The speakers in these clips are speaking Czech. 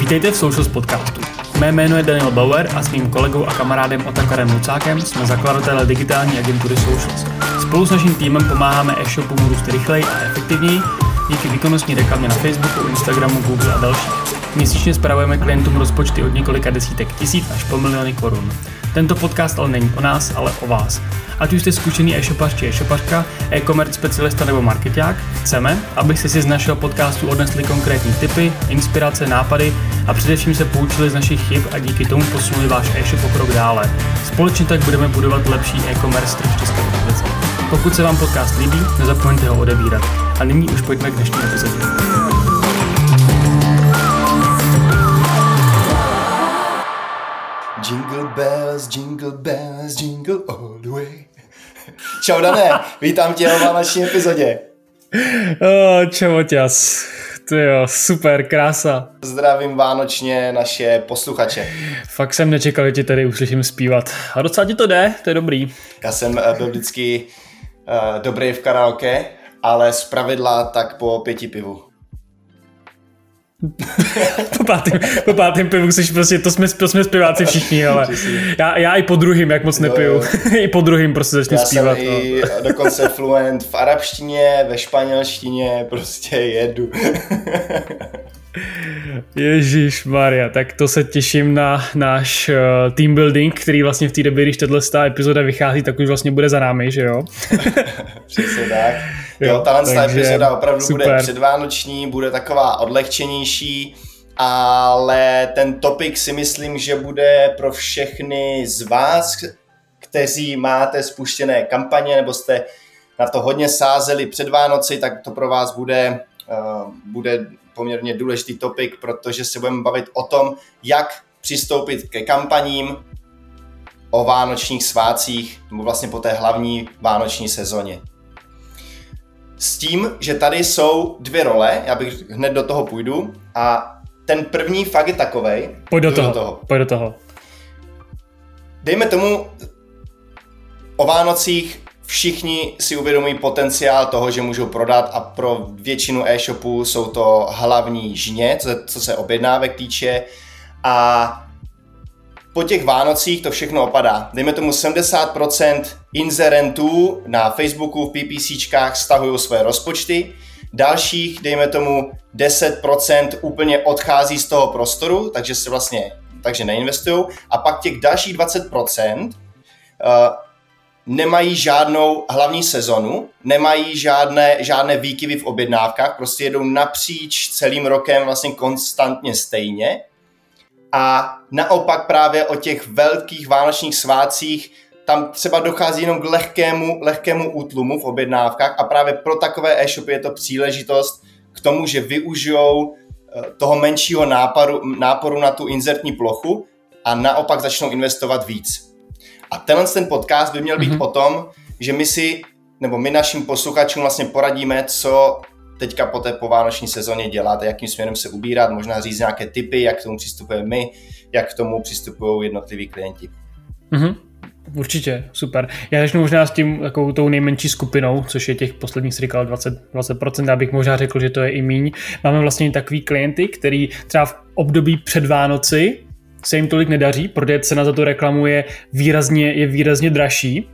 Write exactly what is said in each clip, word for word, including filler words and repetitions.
Vítejte v Socials podcastu. Mé jméno je Daniel Bauer a s mým kolegou a kamarádem Otakarem Lucákem jsme zakladatelé digitální agentury Socials. Spolu s naším týmem pomáháme e-shopům růst rychleji a efektivněji díky výkonnostní reklamě na Facebooku, Instagramu, Google a dalších. Měsíčně spravujeme klientům rozpočty od několika desítek tisíc až po miliony korun. Tento podcast ale není o nás, ale o vás. Ať už jste zkušený e-shopař či e-shopařka, e-commerce specialista nebo marketák, chceme, abyste si z našeho podcastu odnesli konkrétní tipy, inspirace, nápady a především se poučili z našich chyb a díky tomu posunuli váš e-shop o krok dále. Společně tak budeme budovat lepší e-commerce trh v České republice. Pokud se vám podcast líbí, nezapomeňte ho odebírat. A nyní už pojďme k dnešní epizodě. Jingle bells, jingle bells, jingle all the way. Čau Dané, vítám tě v vánoční epizodě. Oh, čau Oťas, to jo, super, krása. Zdravím vánočně naše posluchače. Fakt jsem nečekal, že tě tady uslyším zpívat. A docela ti to jde, to je dobrý. Já jsem byl vždycky uh, dobrý v karaoke, ale zpravidla tak po pěti pivu. po, pátým, po pátým pivu jsi prostě, to jsme, to jsme zpěváci všichni, ale já, já i po druhým, jak moc nepiju, i po druhým prostě začnu já zpívat. Já jsem no. i dokonce fluent v arabštině, ve španělštině, prostě jedu. Ježišmarja, tak to se těším na náš uh, team building, který vlastně v té době, když tato epizoda vychází, tak už vlastně bude za námi, že jo? Přesně tak. Jo, tahle takže epizoda opravdu super. Bude předvánoční, bude taková odlehčenější, ale ten topik si myslím, že bude pro všechny z vás, kteří máte spuštěné kampaně nebo jste na to hodně sázeli před Vánoci, tak to pro vás bude, uh, bude poměrně důležitý topik, protože se budeme bavit o tom, jak přistoupit ke kampaním o vánočních svátcích nebo vlastně po té hlavní vánoční sezóně. S tím, že tady jsou dvě role, já bych hned do toho půjdu a ten první fakt je takovej. Pojď do toho, do toho. Pojď do toho. Dejme tomu, o Vánocích všichni si uvědomují potenciál toho, že můžou prodat a pro většinu e-shopů jsou to hlavní žně, co, co se objednávek týče a po těch Vánocích to všechno opadá. Dejme tomu sedmdesát procent inzerentů na Facebooku, v PPCčkách stahují své rozpočty, dalších, dejme tomu deset procent úplně odchází z toho prostoru, takže se vlastně takže neinvestují a pak těch dalších dvacet procent uh, nemají žádnou hlavní sezonu, nemají žádné, žádné výkyvy v objednávkách, prostě jedou napříč celým rokem vlastně konstantně stejně. A naopak právě o těch velkých vánočních svátcích tam třeba dochází jenom k lehkému, lehkému útlumu v objednávkách a právě pro takové e-shopy je to příležitost k tomu, že využijou toho menšího náporu, náporu na tu inzertní plochu a naopak začnou investovat víc. A tenhle ten podcast by měl být mm-hmm. o tom, že my si, nebo my našim posluchačům vlastně poradíme, co teďka po té povánoční sezóně dělat, jakým směrem se ubírat, možná říct nějaké tipy, jak k tomu přistupujeme my, jak k tomu přistupují jednotliví klienti. Mm-hmm. Určitě, super. Já začnu možná s tím takovou tou nejmenší skupinou, což je těch posledních, si říkal, dvacet, dvacet procent, abych možná řekl, že to je i míň. Máme vlastně takový klienty, který třeba v období před Vánoci se jim tolik nedaří, protože cena za tu reklamu je výrazně, je výrazně dražší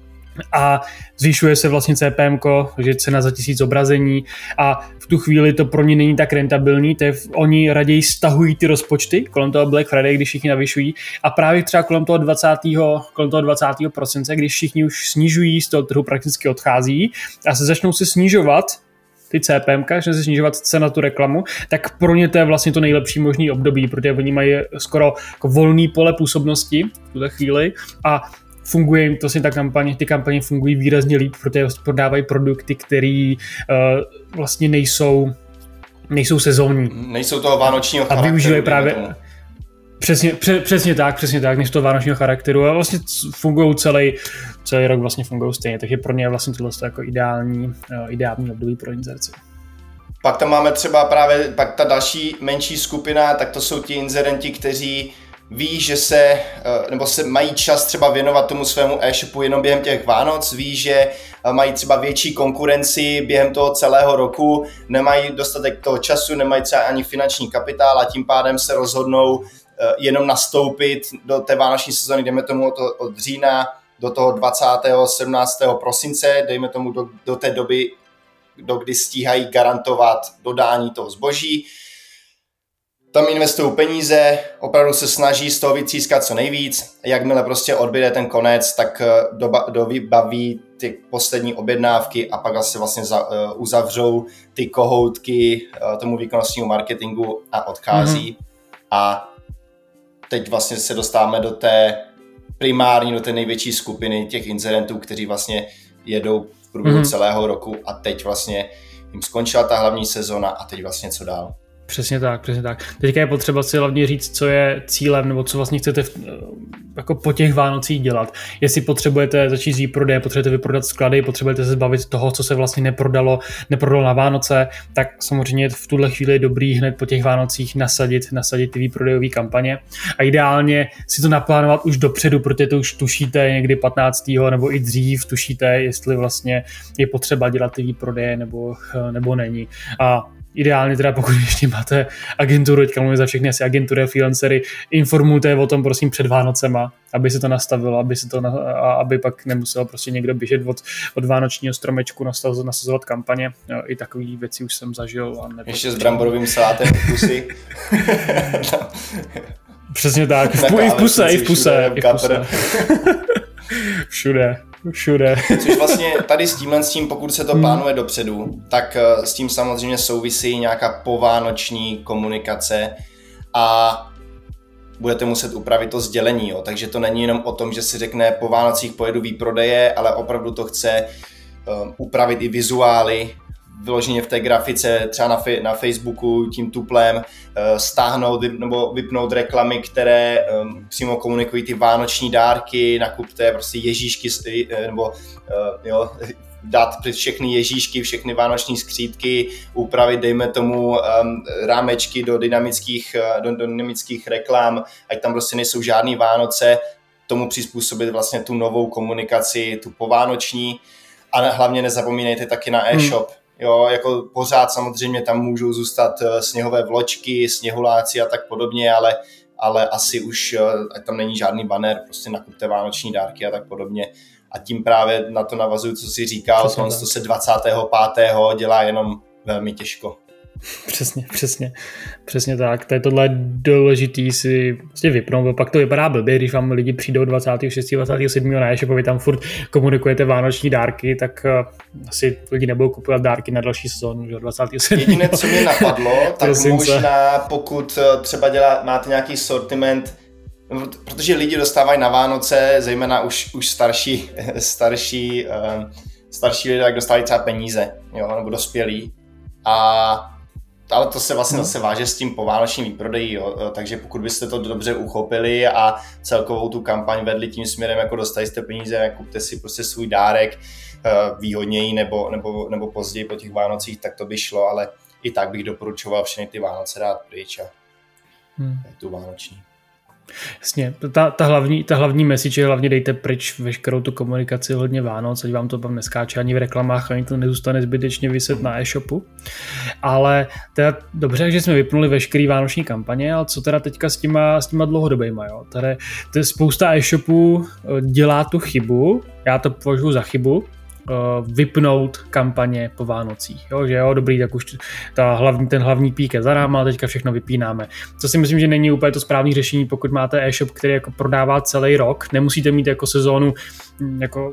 a zvyšuje se vlastně C P M ko, takže cena za tisíc zobrazení a v tu chvíli to pro ně není tak rentabilní, to je, oni raději stahují ty rozpočty kolem toho Black Friday, když všichni navyšují a právě třeba kolem toho dvacátého kolem toho dvacátého prosince, když všichni už snižují, z toho trhu prakticky odchází a se začnou se snižovat ty C P M ka, začne se snižovat cena tu reklamu, tak pro ně to je vlastně to nejlepší možný období, protože oni mají skoro jako volný pole působnosti v tuhle chvíli a funguje jim to si ta kampaně, ty kampaně fungují výrazně líp, protože prodávají produkty, které uh, vlastně nejsou, nejsou sezónní. Nejsou toho vánočního a charakteru. A využívají právě přesně, pře, přesně tak, přesně tak, nejsou toho vánočního charakteru a vlastně fungují celý, celý rok vlastně fungují stejně, takže pro ně je vlastně tohle jako ideální, uh, ideální období pro inzerci. Pak tam máme třeba právě, pak ta další menší skupina, tak to jsou ti inzerenti, kteří ví, že se, nebo se mají čas třeba věnovat tomu svému e-shopu jenom během těch Vánoc, ví, že mají třeba větší konkurenci během toho celého roku, nemají dostatek toho času, nemají třeba ani finanční kapitál a tím pádem se rozhodnou jenom nastoupit do té vánoční sezóny, dejme tomu od, od října do toho dvacátého sedmnáctého prosince, dejme tomu do, do té doby, do kdy stíhají garantovat dodání toho zboží. Tam investují peníze, opravdu se snaží z toho vytřískat co nejvíc. Jakmile prostě odbyde ten konec, tak doba, dovybaví ty poslední objednávky a pak asi vlastně za, uh, uzavřou ty kohoutky uh, tomu výkonnostnímu marketingu a odchází. Mm-hmm. A teď vlastně se dostáváme do té primární, do té největší skupiny těch inzerentů, kteří vlastně jedou v průběhu mm-hmm. celého roku a teď vlastně jim skončila ta hlavní sezona a teď vlastně co dál. Přesně tak, přesně tak. Teďka je potřeba si hlavně říct, co je cílem, nebo co vlastně chcete v, jako po těch Vánocích dělat. Jestli potřebujete začít s výprodejem, potřebujete vyprodat sklady, potřebujete se zbavit toho, co se vlastně neprodalo, neprodalo na Vánoce, tak samozřejmě v tuhle chvíli je dobrý hned po těch Vánocích nasadit, nasadit ty výprodejové kampaně. A ideálně si to naplánovat už dopředu, protože to už tušíte někdy patnáctého nebo i dřív tušíte, jestli vlastně je potřeba dělat ty výprodeje nebo, nebo není. A ideálně teda, pokud ještě máte agenturu, teďka mluvím za všechny asi agentury a freelancery, informujte o tom prosím před Vánocema, aby se to nastavilo, aby se to na, a aby pak nemusel prostě někdo běžet od, od vánočního stromečku nasazovat kampaně. Jo, i takový věci už jsem zažil. A ještě s bramborovým salátem v pusy. no. Přesně tak, v, i v puse, i v puse. I v puse. Všude. Všude. Což vlastně tady s tímhle s tím, pokud se to plánuje dopředu, tak s tím samozřejmě souvisí nějaká povánoční komunikace a budete muset upravit to sdělení, jo. Takže to není jenom o tom, že si řekne po Vánocích pojedu výprodeje, ale opravdu to chce um, upravit i vizuály, vyloženě v té grafice, třeba na, fe- na Facebooku tím tuplem, uh, stáhnout vyp- nebo vypnout reklamy, které um, přímo komunikují ty vánoční dárky, nakupte prostě ježíšky, nebo uh, jo, dát všechny ježíšky, všechny vánoční skřítky, upravit, dejme tomu, um, rámečky do dynamických, uh, do, do dynamických reklam, ať tam prostě nejsou žádný Vánoce, tomu přizpůsobit vlastně tu novou komunikaci, tu povánoční, a hlavně nezapomínejte taky na e-shop. Hmm. Jo, jako pořád samozřejmě tam můžou zůstat sněhové vločky, sněhuláci a tak podobně, ale, ale asi už ať tam není žádný banner, prostě nakupte vánoční dárky a tak podobně. A tím právě na to navazuju, co jsi říkal, to se dvacátého pátého dělá jenom velmi těžko. Přesně, přesně, přesně tak. To je tohle důležitý si vlastně vypnout, pak to vypadá blbě, když vám lidi přijdou dvacátého šestého dvacátého sedmého na e-shop, vy tam furt komunikujete vánoční dárky, tak uh, asi lidi nebudou kupovat dárky na další sezónu, že dvacátého sedmého Jediné, co mě napadlo, tak možná pokud třeba dělá, máte nějaký sortiment, protože lidi dostávají na Vánoce, zejména už, už starší, starší, uh, starší lidé, tak dostávají třeba peníze, jo, nebo dospělí. A ale to se vlastně zase váže s tím povánočním výprodejí, jo. Takže pokud byste to dobře uchopili a celkovou tu kampaň vedli tím směrem, jako dostali jste peníze, kupte si prostě svůj dárek výhodněji nebo, nebo, nebo později po těch Vánocích, tak to by šlo, ale i tak bych doporučoval všechny ty Vánoce dát pryč a hmm. tu vánoční. Jasně, ta, ta, hlavní, ta hlavní message je hlavně dejte pryč veškerou tu komunikaci hodně Vánoc, ať vám to tam neskáče ani v reklamách, ani to nezůstane zbytečně vyset na e-shopu. Ale teda dobře, že jsme vypnuli veškerý vánoční kampaně, ale co teda teďka s těma, s těma dlouhodobýma, jo? Tady, tady spousta e-shopů dělá tu chybu, já to považuji za chybu, vypnout kampaně po Vánocích. Jo, že jo, dobrý, tak už ta hlavní, ten hlavní pík je za náma, teďka všechno vypínáme. Co si myslím, že není úplně to správné řešení, pokud máte e-shop, který jako prodává celý rok, nemusíte mít jako sezónu jako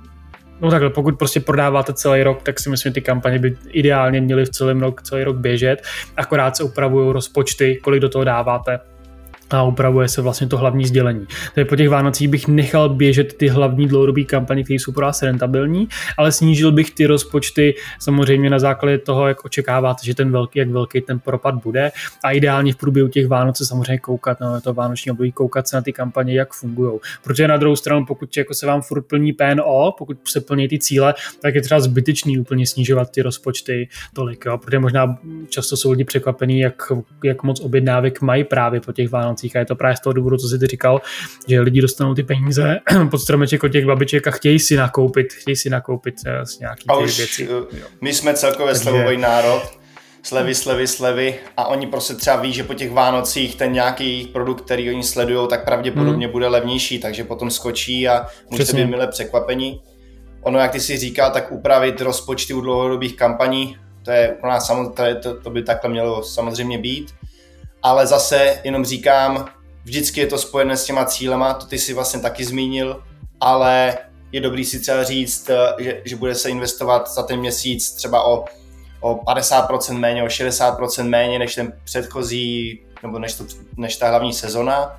no takhle, pokud prostě prodáváte celý rok, tak si myslím, že ty kampaně by ideálně měly v celém rok, celý rok běžet, akorát se upravují rozpočty, kolik do toho dáváte, a upravuje se vlastně to hlavní sdělení. Takže po těch Vánocích bych nechal běžet ty hlavní dlouhodobé kampaně, které jsou pro vás rentabilní, ale snížil bych ty rozpočty samozřejmě na základě toho, jak očekáváte, že ten velký, jak velký ten propad bude, a ideálně v průběhu těch Vánoc samozřejmě koukat na to vánoční období, koukat se na ty kampaně, jak fungují. Protože na druhou stranu, pokud jako se vám furt plní P N O, pokud se plní ty cíle, tak je třeba zbytečný úplně snižovat ty rozpočty tolik, jo? Protože možná často jsou lidi překvapení, jak, jak moc objednávek mají právě po těch Vánocích. Vánocích a je to právě z toho důvodu, co jsi ty říkal, že lidi dostanou ty peníze pod stromeček od těch babiček a chtějí si nakoupit, chtějí si nakoupit nějaký ty už, věci. My jsme celkově Takže... slevový národ, slevy, slevy, slevy a oni prostě třeba ví, že po těch Vánocích ten nějaký produkt, který oni sledujou, tak pravděpodobně hmm. bude levnější, takže potom skočí a můžete být milé překvapení. Ono, jak ty si říkal, tak upravit rozpočty u dlouhodobých kampaní, to je pro nás samozřejmě, to, to by takhle mělo samozřejmě být, ale zase jenom říkám, vždycky je to spojené s těma cílema, to ty si vlastně taky zmínil, ale je dobrý si třeba říct, že, že bude se investovat za ten měsíc třeba o, o padesát procent méně, o šedesát procent méně než ten předchozí, nebo než, to, než ta hlavní sezona.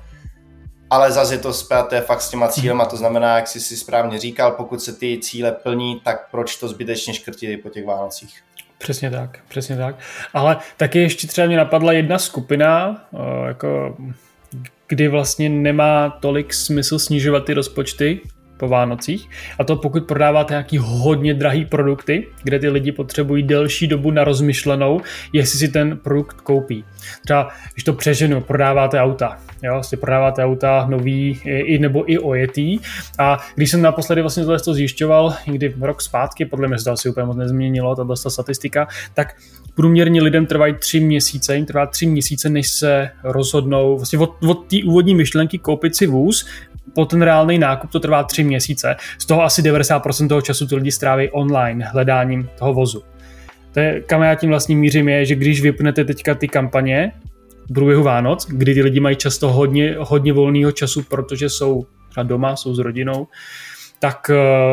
Ale zase je to spjaté fakt s těma cílema, to znamená, jak jsi si správně říkal, pokud se ty cíle plní, tak proč to zbytečně škrtit po těch Vánocích? Přesně tak, přesně tak. Ale taky ještě třeba mě napadla jedna skupina, jako, kdy vlastně nemá tolik smysl snižovat ty rozpočty po Vánocích. A to pokud prodáváte nějaký hodně drahý produkty, kde ty lidi potřebují delší dobu na rozmyšlenou, jestli si ten produkt koupí. Třeba, když to přeženu, prodáváte auta. Jo, vlastně prodáváte auta nový i, nebo i ojetý. A když jsem naposledy vlastně tohle to zjišťoval, někdy rok zpátky, podle mě se to asi úplně moc nezměnilo, tato statistika, tak průměrně lidem trvají tři měsíce, jim trvá tři měsíce, než se rozhodnou vlastně od, od té úvodní myšlenky koupit si vůz, po ten reálný nákup to trvá tři měsíce. Z toho asi devadesát procent toho času ty lidi stráví online hledáním toho vozu. To je, kam já tím vlastně mířím, je, že když vypnete teďka ty kampaně v průběhu Vánoc, kdy ty lidi mají často hodně, hodně volného času, protože jsou doma, jsou s rodinou, tak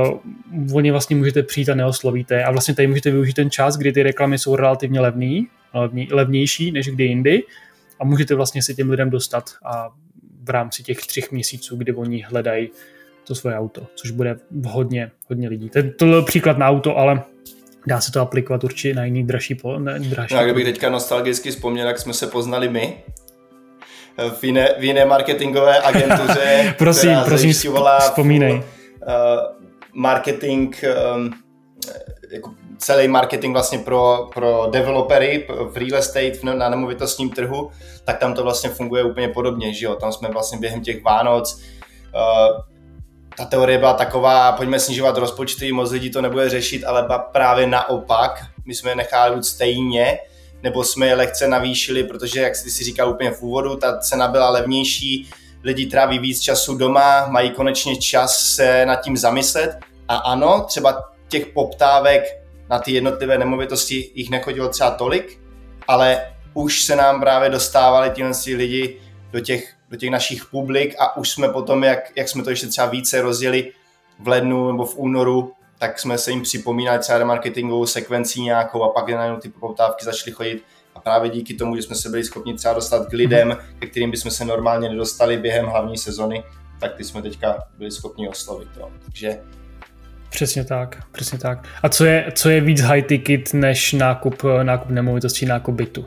uh, oni vlastně můžete přijít a neoslovíte. A vlastně tady můžete využít ten čas, kdy ty reklamy jsou relativně levný, levný levnější než kdy jindy a můžete vlastně se těm lidem dostat a v rámci těch třech měsíců, kdy oni hledají to svoje auto, což bude hodně, hodně lidí. To, to je příklad na auto, ale dá se to aplikovat určitě na jiný dražší pol. Ne, dražší no, kdybych teďka nostalgicky vzpomněl, jak jsme se poznali my v jiné, v jiné marketingové agentuře, prosím, která prosím, vzpomínej. Uh, marketing, um, jako celý marketing vlastně pro, pro developery v real estate na nemovitostním trhu, tak tam to vlastně funguje úplně podobně, že jo? Tam jsme vlastně během těch Vánoc, uh, ta teorie byla taková, pojďme snižovat rozpočty, moc lidí to nebude řešit, ale právě naopak, my jsme je nechali stejně, nebo jsme je lehce navýšili, protože, jak jsi si říkal úplně v úvodu, ta cena byla levnější, lidi tráví víc času doma, mají konečně čas se nad tím zamyslet a ano, třeba těch poptávek na ty jednotlivé nemovitosti jich nechodilo třeba tolik, ale už se nám právě dostávali tihle lidi do těch, do těch našich publik a už jsme potom, jak, jak jsme to ještě třeba více rozjeli v lednu nebo v únoru, tak jsme se jim připomínali třeba remarketingovou sekvencí nějakou a pak najednou ty poptávky začaly chodit a právě díky tomu, že jsme se byli schopni třeba dostat k lidem, ke kterým bychom se normálně nedostali během hlavní sezony, tak ty jsme teďka byli schopni oslovit. Jo. Takže Přesně tak, přesně tak. A co je, co je víc high ticket než nákup, nákup nemovitosti, nákup bytu?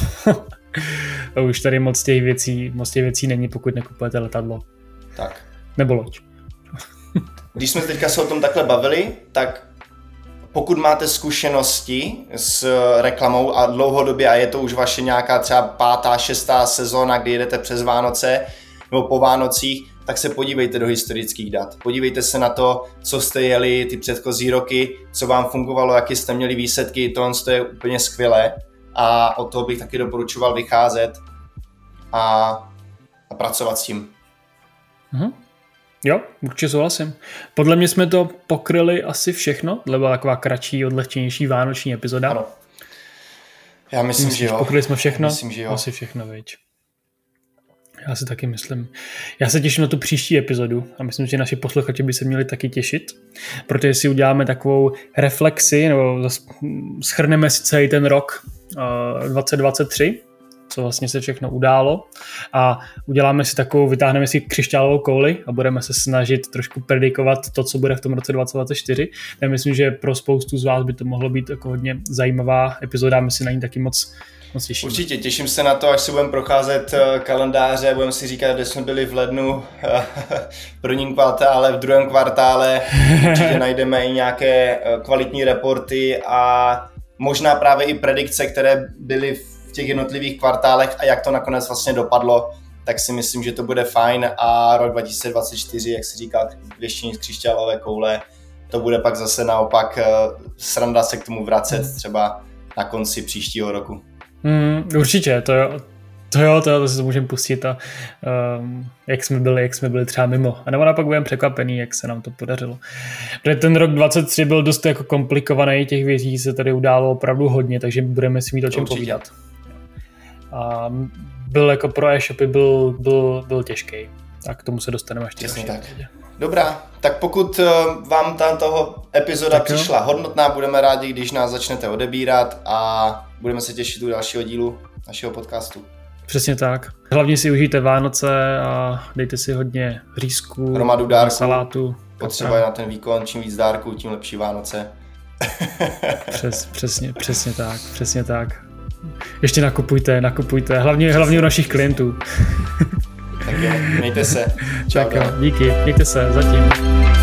Už tady moc těch věcí, moc těch věcí není, pokud nekupujete letadlo. Tak. Nebo loď. Když jsme teďka se o tom takhle bavili, tak pokud máte zkušenosti s reklamou a dlouhodobě a je to už vaše nějaká třeba pátá, šestá sezóna, kdy jedete přes Vánoce nebo po Vánocích, tak se podívejte do historických dat. Podívejte se na to, co jste jeli ty předchozí roky, co vám fungovalo, jaké jste měli výsledky, tohle je úplně skvělé a od toho bych taky doporučoval vycházet a, a pracovat s tím. Mhm. Jo, určitě souhlasím. Podle mě jsme to pokryli asi všechno, to byla taková kratší, odlehčenější vánoční epizoda. Ano. Já myslím, myslím že jo. Pokryli jsme všechno? Myslím, že jo. Asi všechno, viď. Já si taky myslím. Já se těším na tu příští epizodu a myslím, že naši posluchači by se měli taky těšit, protože si uděláme takovou reflexi, nebo shrneme si celý ten rok uh, dvacet dvacet tři, co vlastně se všechno událo a uděláme si takovou, vytáhneme si křišťálovou kouli a budeme se snažit trošku predikovat to, co bude v tom roce dvacet dvacet čtyři. Já myslím, že pro spoustu z vás by to mohlo být jako hodně zajímavá epizoda, my si na ní taky moc Určitě, těším se na to, až si budeme procházet kalendáře, budeme si říkat, kde jsme byli v lednu, v prvním kvartále, v druhém kvartále, určitě najdeme i nějaké kvalitní reporty a možná právě i predikce, které byly v těch jednotlivých kvartálech a jak to nakonec vlastně dopadlo, tak si myslím, že to bude fajn a rok dva tisíce dvacet čtyři, jak si říkal, věštění z křišťálové koule, to bude pak zase naopak sranda se k tomu vracet třeba na konci příštího roku. Mm, určitě, to jo. To jo, to, jo, to si to můžeme pustit a um, jak jsme byli, jak jsme byli třeba mimo. A nebo naopak budeme překvapený, jak se nám to podařilo. Protože ten rok dvacet tři byl dost jako komplikovaný, těch věcí se tady událo opravdu hodně, takže budeme si mít o čem Určitě. povídat. A byl jako pro e-shopy byl, byl, byl těžký. Tak k tomu se dostaneme ještě. Přesně tak. Dobrá, tak pokud vám tam toho epizoda tak přišla jo. hodnotná, budeme rádi, když nás začnete odebírat a budeme se těšit u dalšího dílu našeho podcastu. Přesně tak. Hlavně si užijte Vánoce a dejte si hodně řízků, hromadu dárků, salátu. Potřeba je na ten výkon, čím víc dárků, tím lepší Vánoce. Přes, přesně, přesně tak, přesně tak. Ještě nakupujte, nakupujte, hlavně, hlavně u našich klientů. Tak jo, mějte se. Čau. Tak jo, díky, mějte se, zatím.